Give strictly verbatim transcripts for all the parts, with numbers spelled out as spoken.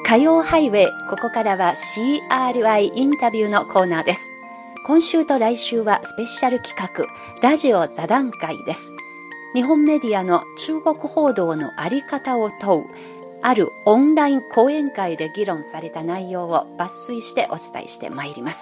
火曜ハイウェイ、ここからは シーアールアイ インタビューのコーナーです。今週と来週はスペシャル企画、ラジオ座談会です。日本メディアの中国報道のあり方を問う、あるオンライン講演会で議論された内容を抜粋してお伝えしてまいります。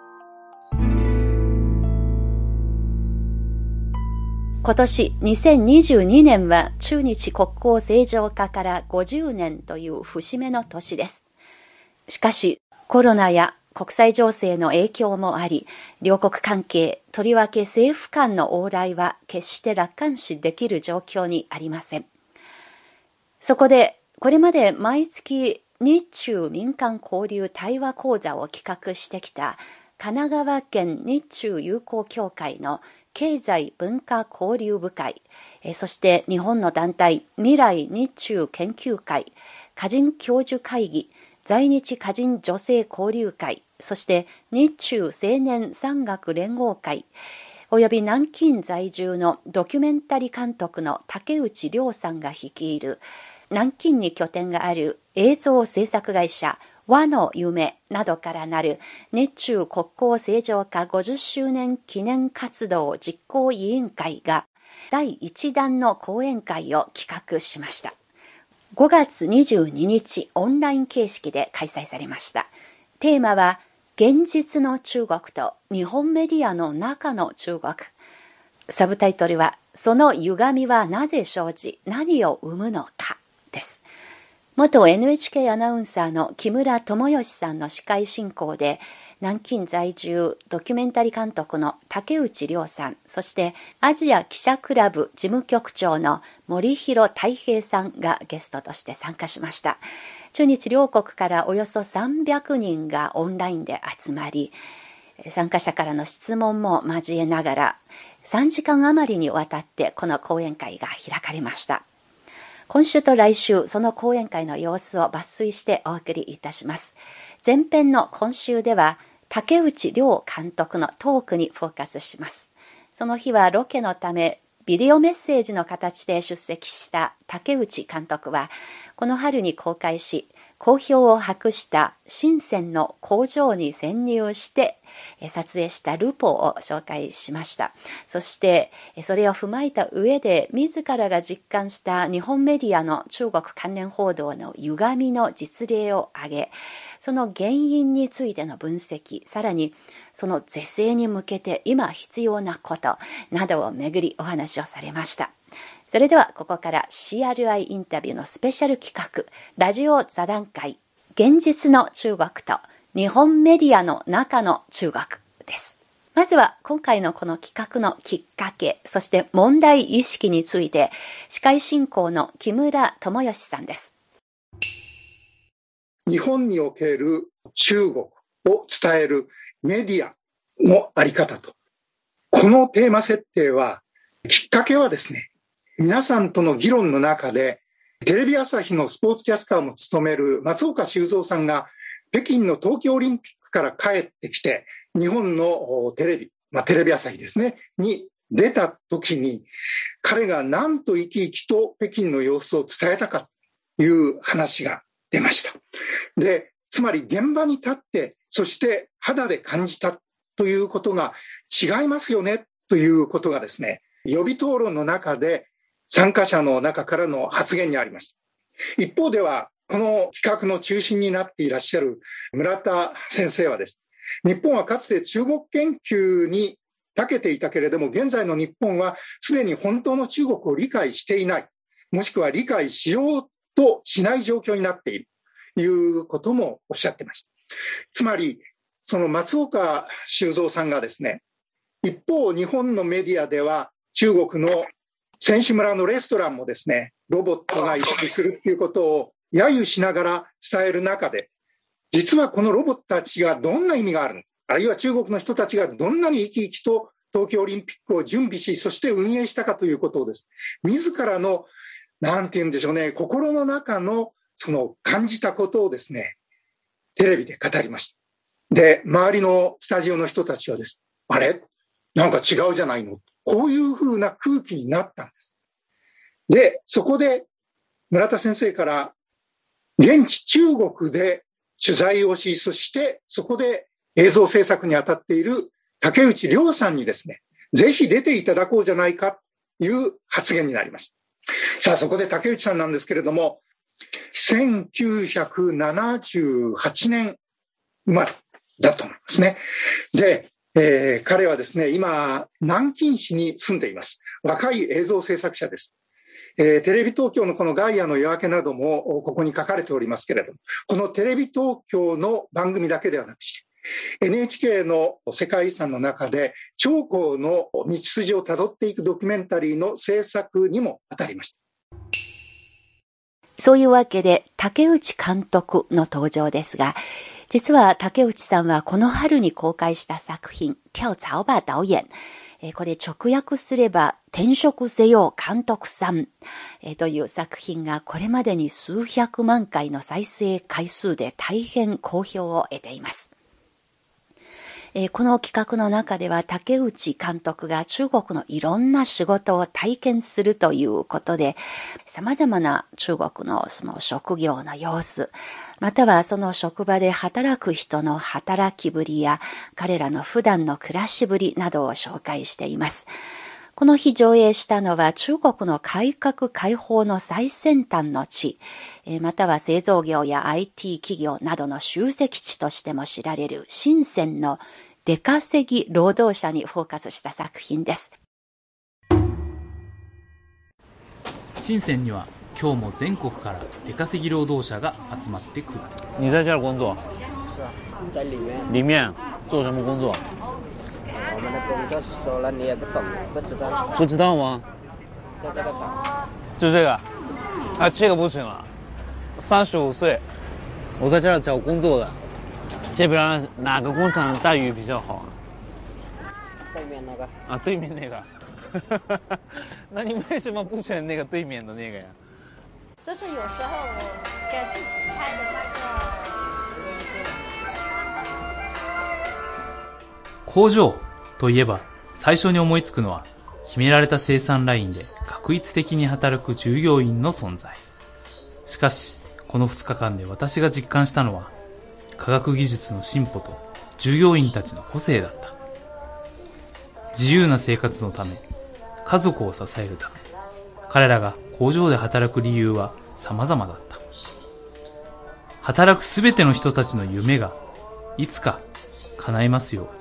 今年にせんにじゅうにねんは中日国交正常化からごじゅうねんという節目の年です。しかしコロナや国際情勢の影響もあり、両国関係、とりわけ政府間の往来は決して楽観視できる状況にありません。そこでこれまで毎月日中民間交流対話講座を企画してきた神奈川県日中友好協会の経済文化交流部会、そして日本の団体未来日中研究会、歌人教授会議、在日歌人女性交流会、そして日中青年産学連合会、および南京在住のドキュメンタリー監督の竹内涼さんが率いる南京に拠点がある映像制作会社和の夢などからなる日中国交正常化ごじゅっしゅうねん記念活動実行委員会がだいいちだんの講演会を企画しました。ごがつにじゅうににちオンライン形式で開催されました。テーマは現実の中国と日本メディアの中の中国。サブタイトルはその歪みはなぜ生じ何を生むのかです。元 エヌエイチケー アナウンサーの木村智義さんの司会進行で、南京在住ドキュメンタリー監督の竹内涼さん、そしてアジア記者クラブ事務局長の森弘太平さんがゲストとして参加しました。中日両国からおよそさんびゃくにんがオンラインで集まり、参加者からの質問も交えながら、さんじかん余りにわたってこの講演会が開かれました。今週と来週、その講演会の様子を抜粋してお送りいたします。前編の今週では、竹内涼監督のトークにフォーカスします。その日はロケのため、ビデオメッセージの形で出席した竹内監督は、この春に公開し、好評を博した深センの工場に潜入して撮影したルポを紹介しました。そしてそれを踏まえた上で自らが実感した日本メディアの中国関連報道の歪みの実例を挙げ、その原因についての分析、さらにその是正に向けて今必要なことなどをめぐりお話をされました。それではここから シーアールアイ インタビューのスペシャル企画、ラジオ座談会、現実の中国と日本メディアの中の中国です。まずは今回のこの企画のきっかけ、そして問題意識について、司会進行の木村智義さんです。 日本における中国を伝えるメディアのあり方と、このテーマ設定は、きっかけはですね、皆さんとの議論の中で、テレビ朝日のスポーツキャスターも務める松岡修造さんが、北京の冬季オリンピックから帰ってきて、日本のテレビ、まあ、テレビ朝日ですね、に出た時に、彼がなんと生き生きと北京の様子を伝えたかという話が出ました。で、つまり現場に立って、そして肌で感じたということが違いますよねということがですね、予備討論の中で参加者の中からの発言にありました。一方では、この企画の中心になっていらっしゃる村田先生はです。日本はかつて中国研究に長けていたけれども、現在の日本はすでに本当の中国を理解していない、もしくは理解しようとしない状況になっているということもおっしゃってました。つまり、その松岡修造さんがですね、一方日本のメディアでは中国の選手村のレストランもですね、ロボットが行き来するっていうことを揶揄しながら伝える中で、実はこのロボットたちがどんな意味があるのか、あるいは中国の人たちがどんなに生き生きと東京オリンピックを準備し、そして運営したかということをです。自らの、なんて言うんでしょうね、心の中のその感じたことをですね、テレビで語りました。で、周りのスタジオの人たちはです。あれなんか違うじゃないの、こういう風な空気になったんです。で、そこで村田先生から現地中国で取材をし、そしてそこで映像制作に当たっている竹内涼さんにですね、ぜひ出ていただこうじゃないかという発言になりました。さあ、そこで竹内さんなんですけれども、せんきゅうひゃくななじゅうはちねん生まれだと思いますね。で、えー、彼はですね、今、南京市に住んでいます。若い映像制作者です。えー、テレビ東京のこのガイアの夜明けなどもここに書かれておりますけれども、このテレビ東京の番組だけではなくして、エヌエイチケー の世界遺産の中で長江の道筋をたどっていくドキュメンタリーの制作にも当たりました。 そういうわけで竹内監督の登場ですが、実は竹内さんはこの春に公開した作品、跳槽吧導演。これ直訳すれば、転職せよ監督さんという作品がこれまでに数百万回の再生回数で大変好評を得ています。この企画の中では竹内監督が中国のいろんな仕事を体験するということで、様々な中国のその職業の様子、またはその職場で働く人の働きぶりや彼らの普段の暮らしぶりなどを紹介しています。この日上映したのは中国の改革開放の最先端の地、または製造業や アイティー 企業などの集積地としても知られる深センの出稼ぎ労働者にフォーカスした作品です。 深センには今日も全国から出稼ぎ労働者が集まってくる。 你在这儿工作？ 是啊，在里面。 里面做什么工作？ 我们的工作说了你也不懂，不知道。 不知道吗？ 就这个厂。 就这个？啊，这个不行了。三十五岁，我在这儿找工作的。这边哪个工厂待遇比较好啊？ 对面那个。 啊，对面那个。那你为什么不选那个对面的那个呀？ 就是有时候我给自己开的那个工場といえば最初に思いつくのは決められた生産ラインで確一的に働く従業員の存在。しかしこのふつかかんで私が実感したのは科学技術の進歩と従業員たちの個性だった。自由な生活のため、家族を支えるため、彼らが工場で働く理由は様々だった。働くすべての人たちの夢がいつか叶いますように。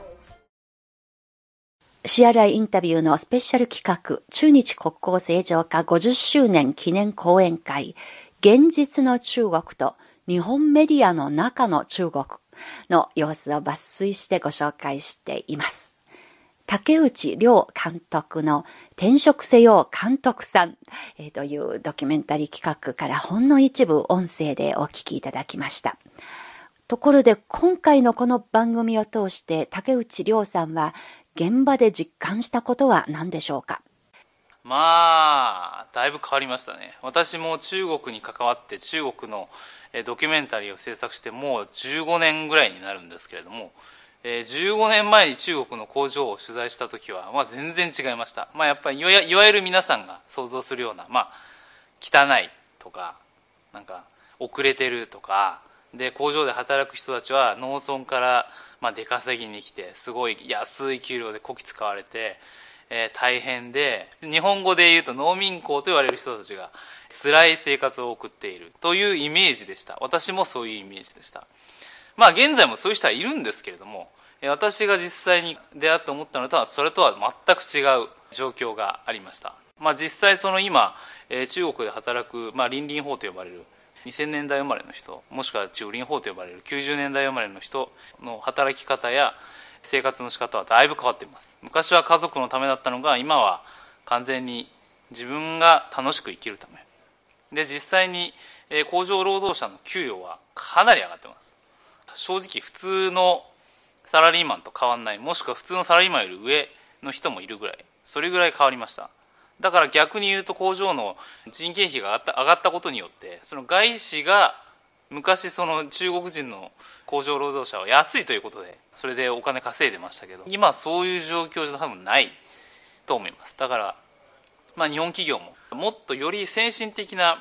シアライインタビューのスペシャル企画、中日国交正常化ごじゅっしゅうねん記念講演会、現実の中国と日本メディアの中の中国の様子を抜粋してご紹介しています。竹内涼監督の転職せよ監督さん、えー、というドキュメンタリー企画からほんの一部音声でお聞きいただきました。ところで今回のこの番組を通して竹内涼さんは現場で実感したことは何でしょうか？ まあだいぶ変わりましたね。私も中国に関わって中国のドキュメンタリーを制作してもうじゅうごねんぐらいになるんですけれども、じゅうごねんまえに中国の工場を取材した時は、まあ、全然違いました。まあ、やっぱりいわいわゆる皆さんが想像するような、まあ、汚いとかなんか遅れてるとかで、工場で働く人たちは農村から、まあ、出稼ぎに来てすごい安い給料でこき使われて、えー、大変で、日本語で言うと農民工と言われる人たちが辛い生活を送っているというイメージでした。私もそういうイメージでした。まあ現在もそういう人はいるんですけれども、私が実際に出会って思ったのとはそれとは全く違う状況がありました。まあ実際その今中国で働く、まあ、林林法と呼ばれるにせんねんだい生まれの人、もしくは中林法と呼ばれるきゅうじゅうねんだい生まれの人の働き方や生活の仕方はだいぶ変わっています。昔は家族のためだったのが今は完全に自分が楽しく生きるためで、実際に工場労働者の給与はかなり上がっています。正直普通のサラリーマンと変わんない、もしくは普通のサラリーマンより上の人もいるぐらい、それぐらい変わりました。だから逆に言うと工場の人件費が上がった、上がったことによってその外資が昔その中国人の工場労働者は安いということでそれでお金稼いでましたけど、今そういう状況じゃ多分ないと思います。だから、まあ、日本企業ももっとより先進的な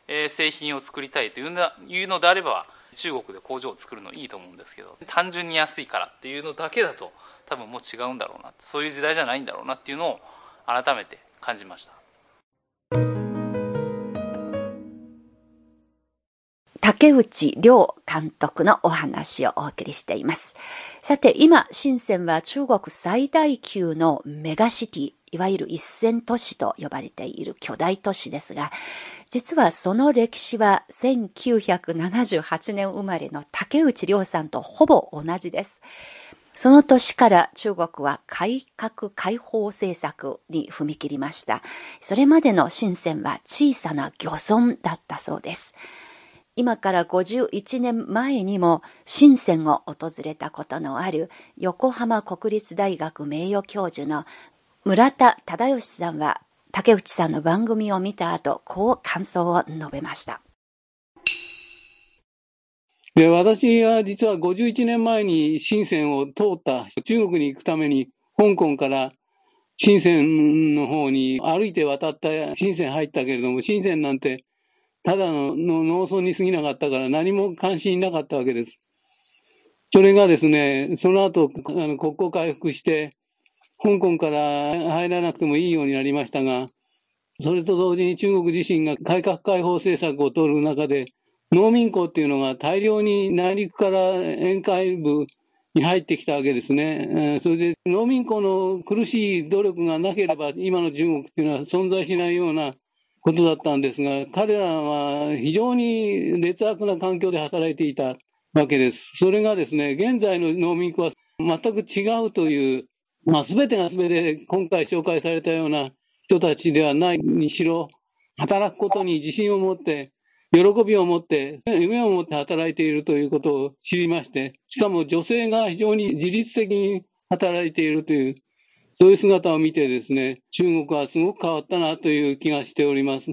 製品を作りたいというのであれば中国で工場を作るのいいと思うんですけど、単純に安いからっていうのだけだと多分もう違うんだろうな、そういう時代じゃないんだろうなっていうのを改めて感じました。 竹内涼監督のお話をお送りしています。さて、今、深センは中国最大級のメガシティ、いわゆる一線都市と呼ばれている巨大都市ですが、実はその歴史はせんきゅうひゃくななじゅうはちねん生まれの竹内涼さんとほぼ同じです。その年から中国は改革開放政策に踏み切りました。それまでの深センは小さな漁村だったそうです。今からごじゅういちねんまえにも深センを訪れたことのある横浜国立大学名誉教授の村田忠義さんは竹内さんの番組を見た後、こう感想を述べました。 で、私は実はごじゅういちねんまえに深センを通った中国に行くために香港から深センの方に歩いて渡った深セン入ったけれども、深センなんてただの農村に過ぎなかったから何も関心なかったわけです。それがですね、その後あの国交回復して香港から入らなくてもいいようになりましたが、それと同時に中国自身が改革開放政策を取る中で、農民工っていうのが大量に内陸から沿海部に入ってきたわけですね。それで農民工の苦しい努力がなければ今の中国っていうのは存在しないようなことだったんですが、彼らは非常に劣悪な環境で働いていたわけです。それがですね、現在の農民工は全く違うという、まあ、全てが全て今回紹介されたような人たちではないにしろ、働くことに自信を持って、喜びを持って、夢を持って働いているということを知りまして、しかも女性が非常に自律的に働いているという、そういう姿を見てですね、中国はすごく変わったなという気がしております。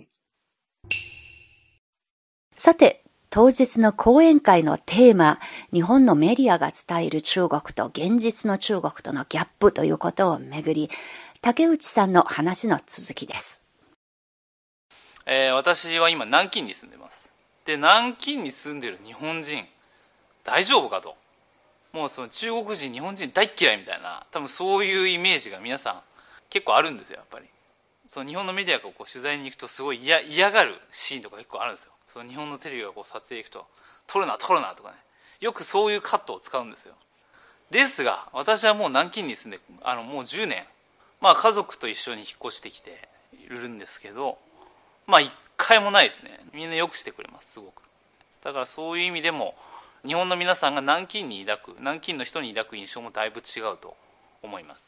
さて、当日の講演会のテーマ、日本のメディアが伝える中国と現実の中国とのギャップということをめぐり、竹内さんの話の続きです。 えー、私は今南京に住んでます。で、南京に住んでる日本人、大丈夫かと。もうその中国人、日本人大っ嫌いみたいな、多分そういうイメージが皆さん結構あるんですよ、やっぱり。その日本のメディアがこう取材に行くとすごい嫌、嫌がるシーンとか結構あるんですよ。その日本のテレビがこう撮影行くと、撮るな撮るなとかね、よくそういうカットを使うんですよ。ですが私はもう南京に住んであのもうじゅうねん、まあ家族と一緒に引っ越してきているんですけど、まあ一回もないですね。みんなよくしてくれます、すごく。だからそういう意味でも日本の皆さんが南京に抱く、南京の人に抱く印象もだいぶ違うと思います。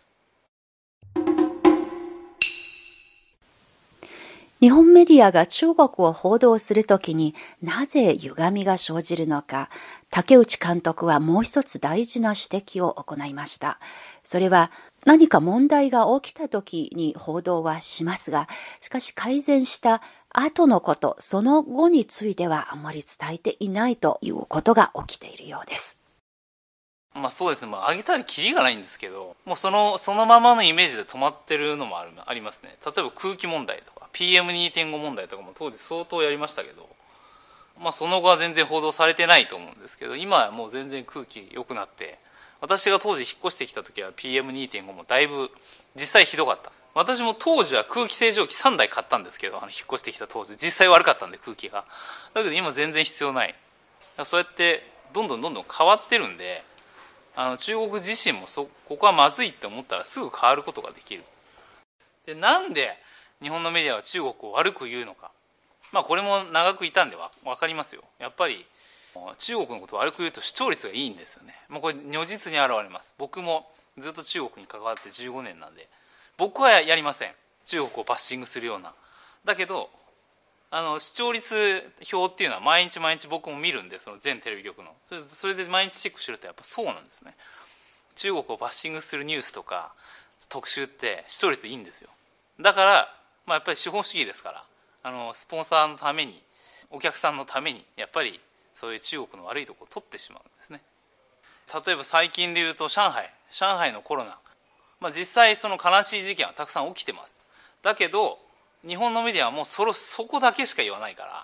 日本メディアが中国を報道するときになぜ歪みが生じるのか、竹内監督はもう一つ大事な指摘を行いました。それは何か問題が起きたときに報道はしますが、しかし改善した後のこと、その後についてはあまり伝えていないということが起きているようです。 まあそうですね、まあ、上げたらキリがないんですけど、もうそのそのままのイメージで止まってるのもあるありますね。例えば空気問題とか ピーエムにてんご 問題とかも当時相当やりましたけど、まあその後は全然報道されてないと思うんですけど、今はもう全然空気良くなって、私が当時引っ越してきた時は ピーエムにてんご もだいぶ実際ひどかった。私も当時は空気清浄機さんだい買ったんですけど、あの引っ越してきた当時実際悪かったんで空気が。だけど今全然必要ない。そうやってどんどんどんどん変わってるんで、あの中国自身もそここはまずいって思ったらすぐ変わることができる。で、なんで日本のメディアは中国を悪く言うのか、まあこれも長くいたんでは分かりますよ。やっぱり中国のことを悪く言うと視聴率がいいんですよね。もうこれ如実に現れます。僕もずっと中国に関わってじゅうごねんなんで、僕はやりません、中国をバッシングするような。だけどあの視聴率表っていうのは毎日毎日僕も見るんで、その全テレビ局のそれそれで毎日チェックしてるとやっぱそうなんですね。中国をバッシングするニュースとか特集って視聴率いいんですよ。だから、まあ、やっぱり資本主義ですから、あのスポンサーのために、お客さんのためにやっぱりそういう中国の悪いところを取ってしまうんですね。例えば最近でいうと上海上海のコロナ、まあ、実際その悲しい事件はたくさん起きてます。だけど日本のメディアはもう そ, そこだけしか言わないから、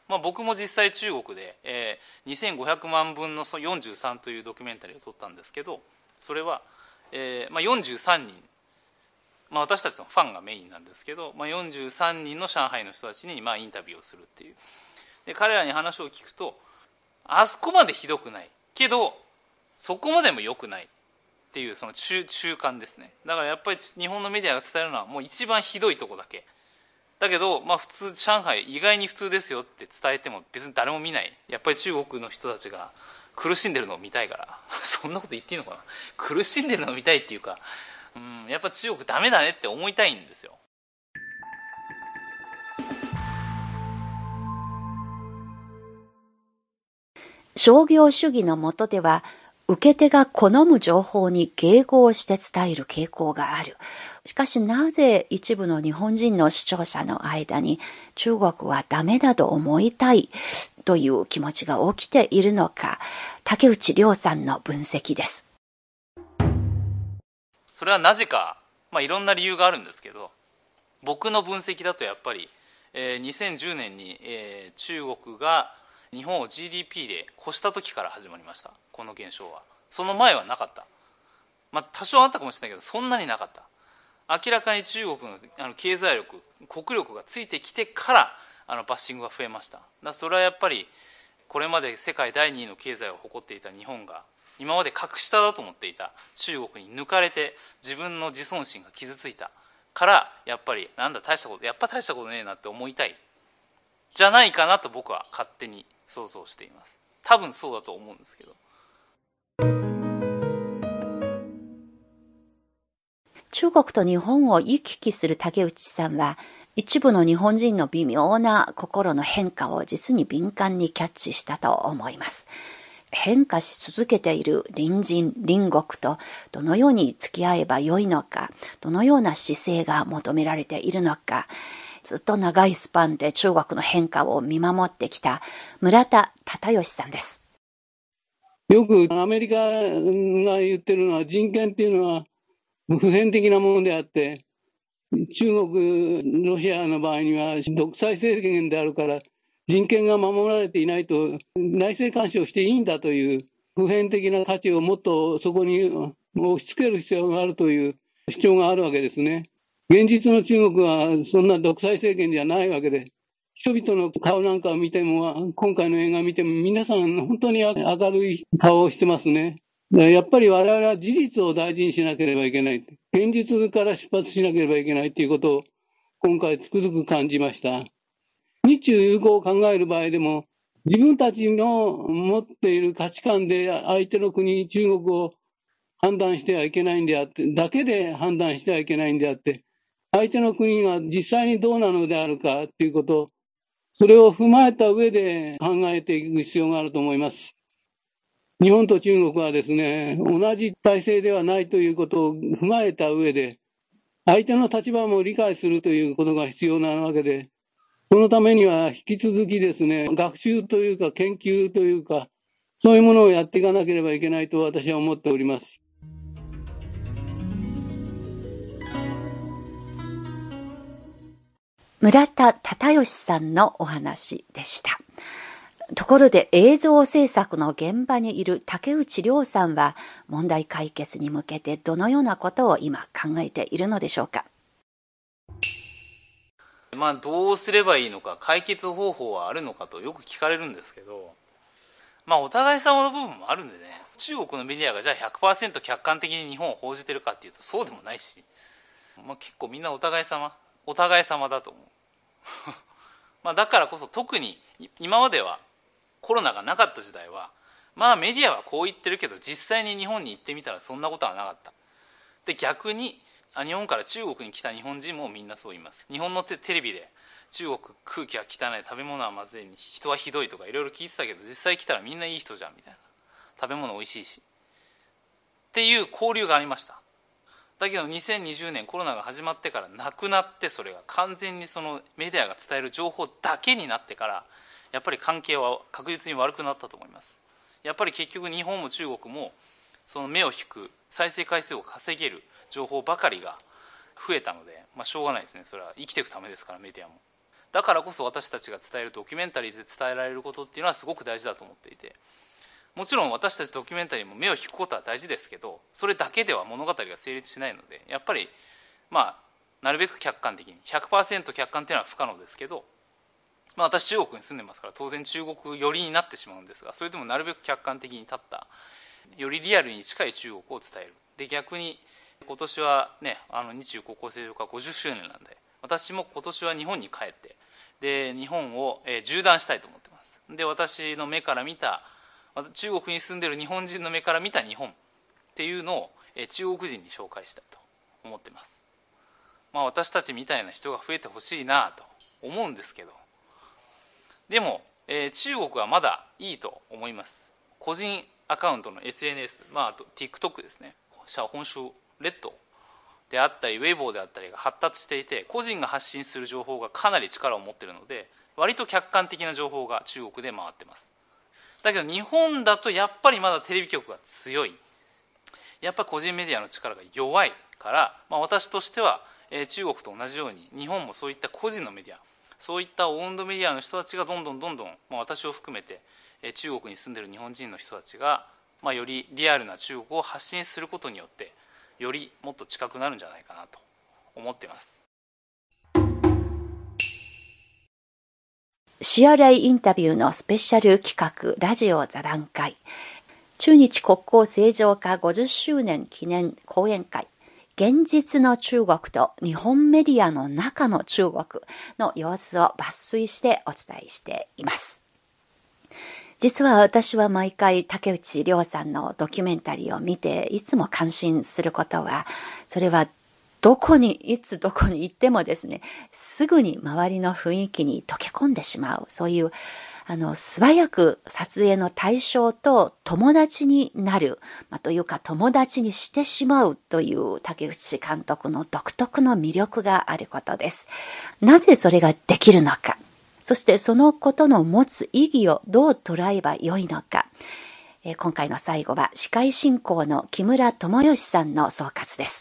まあ、僕も実際中国で、えー、にせんごひゃくまんぶんのよんじゅうさんというドキュメンタリーを撮ったんですけど、それは、えーまあ、よんじゅうさんにん、まあ、私たちのファンがメインなんですけど、まあ、よんじゅうさんにんの上海の人たちにまあインタビューをするっていう。で彼らに話を聞くと、あそこまでひどくないけどそこまでも良くないっていう、その 中, 中間ですね。だからやっぱり日本のメディアが伝えるのはもう一番ひどいとこだけだけど、まあ、普通上海意外に普通ですよって伝えても別に誰も見ない。やっぱり中国の人たちが苦しんでるのを見たいからそんなこと言っていいのかな、苦しんでるのを見たいっていうか、うん、やっぱ中国ダメだねって思いたいんですよ。 商業主義の下では、受け手が好む情報に迎合して伝える傾向がある。しかしなぜ一部の日本人の視聴者の間に中国はダメだと思いたいという気持ちが起きているのか、竹内涼さんの分析です。 それはなぜか、まあ、いろんな理由があるんですけど、僕の分析だとやっぱり、えー、にせんじゅうねんに、えー、中国が日本を ジーディーピー で越した時から始まりました。この現象はその前はなかった。まあ多少あったかもしれないけどそんなになかった。明らかに中国のあの経済力、国力がついてきてからあのバッシングが増えました。だからそれはやっぱりこれまで世界だいにいの経済を誇っていた日本が今まで格下だと思っていた中国に抜かれて自分の自尊心が傷ついたから、やっぱりなんだ大したことやっぱ大したことねえなって思いたいじゃないかなと僕は勝手に想像しています。多分そうだと思うんですけど。 中国と日本を行き来する竹内さんは、一部の日本人の微妙な心の変化を実に敏感にキャッチしたと思います。変化し続けている隣人、隣国とどのように付き合えばよいのか、どのような姿勢が求められているのか、ずっと長いスパンで中国の変化を見守ってきた村田忠義さんです。 よくアメリカが言ってるのは、人権っていうのは普遍的なものであって、中国、ロシアの場合には独裁政権であるから人権が守られていないと内政干渉していいんだという普遍的な価値をもっとそこに押し付ける必要があるという主張があるわけですね。現実の中国はそんな独裁政権ではないわけで、人々の顔なんかを見ても、今回の映画を見ても皆さん本当に明るい顔をしてますね。やっぱり我々は事実を大事にしなければいけない。現実から出発しなければいけないということを今回つくづく感じました。日中友好を考える場合でも、自分たちの持っている価値観で相手の国、中国を判断してはいけないんであって、だけで判断してはいけないんであって、相手の国が実際にどうなのであるかということ、それを踏まえた上で考えていく必要があると思います。日本と中国はですね、同じ体制ではないということを踏まえた上で、相手の立場も理解するということが必要なわけで、そのためには引き続きですね、学習というか研究というか、そういうものをやっていかなければいけないと私は思っております。 村田忠義さんのお話でした。ところで映像制作の現場にいる竹内涼さんは問題解決に向けてどのようなことを今考えているのでしょうか。 まあどうすればいいのか、解決方法はあるのかとよく聞かれるんですけど、まあお互い様の部分もあるんでね、中国のメディアがじゃあ ひゃくパーセント 客観的に日本を報じてるかっていうとそうでもないし、まあ、結構みんなお互い様お互い様だと思うまあだからこそ特に今まではコロナがなかった時代はまあメディアはこう言ってるけど実際に日本に行ってみたらそんなことはなかった。で逆に日本から中国に来た日本人もみんなそう言います。日本のテレビで中国空気は汚い、食べ物はまずい、人はひどいとかいろいろ聞いてたけど実際来たらみんないい人じゃんみたいな、食べ物おいしいしっていう交流がありました。だけどにせんにじゅうねんコロナが始まってからなくなって、それが完全にそのメディアが伝える情報だけになってからやっぱり関係は確実に悪くなったと思います。やっぱり結局日本も中国もその目を引く再生回数を稼げる情報ばかりが増えたので、まあ、しょうがないですね。それは生きていくためですからメディアも。 だからこそ私たちが伝えるドキュメンタリーで伝えられることっていうのはすごく大事だと思っていて、もちろん私たちドキュメンタリーも目を引くことは大事ですけど、それだけでは物語が成立しないので、やっぱりまあなるべく客観的に ひゃくパーセント 客観っていうのは不可能ですけど、まあ、私中国に住んでますから当然中国寄りになってしまうんですが、それでもなるべく客観的に立ったよりリアルに近い中国を伝える。で逆に今年はね、あの日中国交正常化ごじゅっしゅうねんなんで、私も今年は日本に帰ってで日本を、えー、縦断したいと思ってます。で私の目から見た、中国に住んでいる日本人の目から見た日本っていうのを、えー、中国人に紹介したいと思ってます。まあ、私たちみたいな人が増えてほしいなと思うんですけど、でも、えー、中国はまだいいと思います。個人アカウントの エスエヌエス、まあ、あと TikTok ですね、小紅書レッドであったりウェイボーであったりが発達していて、個人が発信する情報がかなり力を持っているので、割と客観的な情報が中国で回ってます。だけど日本だとやっぱりまだテレビ局が強い、やっぱり個人メディアの力が弱いから、まあ、私としては、えー、中国と同じように日本もそういった個人のメディア、そういったオウンドメディアの人たちがどんどんどんどん、まあ、私を含めて、えー、中国に住んでいる日本人の人たちが、まあ、よりリアルな中国を発信することによってよりもっと近くなるんじゃないかなと思っています。 シアライインタビューのスペシャル企画ラジオ座談会、中日国交正常化ごじゅっしゅうねん記念講演会、現実の中国と日本メディアの中の中国の様子を抜粋してお伝えしています。実は私は毎回竹内涼さんのドキュメンタリーを見ていつも感心することは、それはどこにいつどこに行ってもですね、すぐに周りの雰囲気に溶け込んでしまう、そういうあの素早く撮影の対象と友達になる、まあ、というか友達にしてしまうという竹内監督の独特の魅力があることです。なぜそれができるのか、そしてそのことの持つ意義をどう捉えばよいのか、えー、今回の最後は司会進行の木村智義さんの総括です。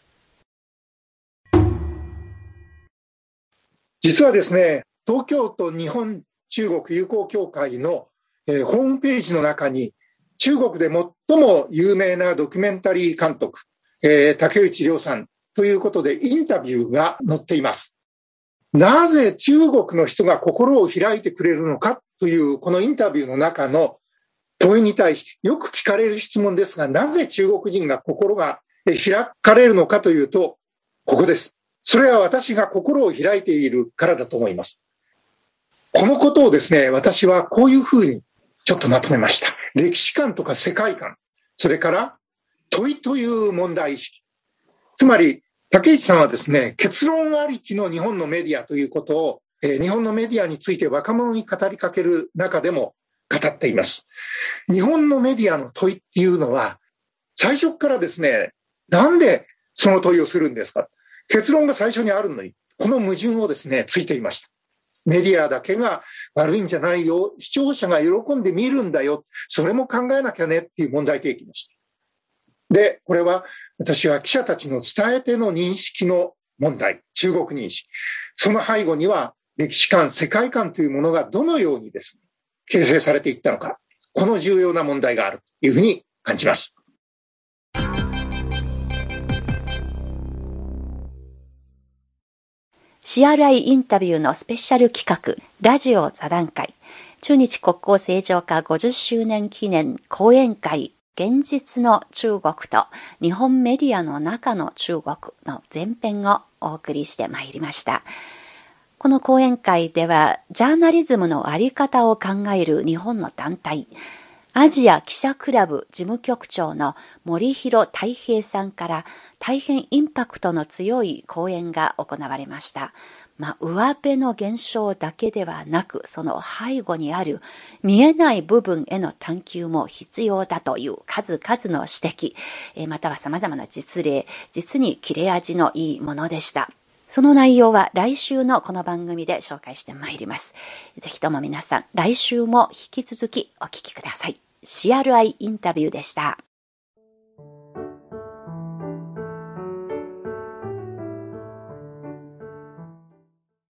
実はですね、東京都日本中国友好協会の、えー、ホームページの中に中国で最も有名なドキュメンタリー監督、えー、竹内涼さんということでインタビューが載っています。なぜ中国の人が心を開いてくれるのかというこのインタビューの中の問いに対してよく聞かれる質問ですが、なぜ中国人が心が開かれるのかというと、ここです。それは私が心を開いているからだと思います。このことをですね、私はこういうふうにちょっとまとめました。歴史観とか世界観、それから問いという問題意識。つまり竹内さんはですね、結論ありきの日本のメディアということを、えー、日本のメディアについて若者に語りかける中でも語っています。日本のメディアの問いっていうのは、最初からですね、なんでその問いをするんですか。結論が最初にあるのに、この矛盾をですね、ついていました。メディアだけが悪いんじゃないよ、視聴者が喜んで見るんだよ、それも考えなきゃねっていう問題提起でした。で、これは私は記者たちの伝え手の認識の問題、中国認識、その背後には歴史観、世界観というものがどのようにですね、形成されていったのか、この重要な問題があるというふうに感じます。 シアライインタビューのスペシャル企画、ラジオ座談会、中日国交正常化ごじゅっしゅうねん記念講演会、現実の中国と日本メディアの中の中国の前編をお送りしてまいりました。この講演会では、ジャーナリズムのあり方を考える日本の団体、アジア記者クラブ事務局長の森弘太平さんから大変インパクトの強い講演が行われました。まあ、上辺の現象だけではなく、その背後にある見えない部分への探求も必要だという数々の指摘、または様々な実例、実に切れ味のいいものでした。その内容は来週のこの番組で紹介してまいります。ぜひとも皆さん、来週も引き続きお聞きください。シーアールアイ インタビューでした。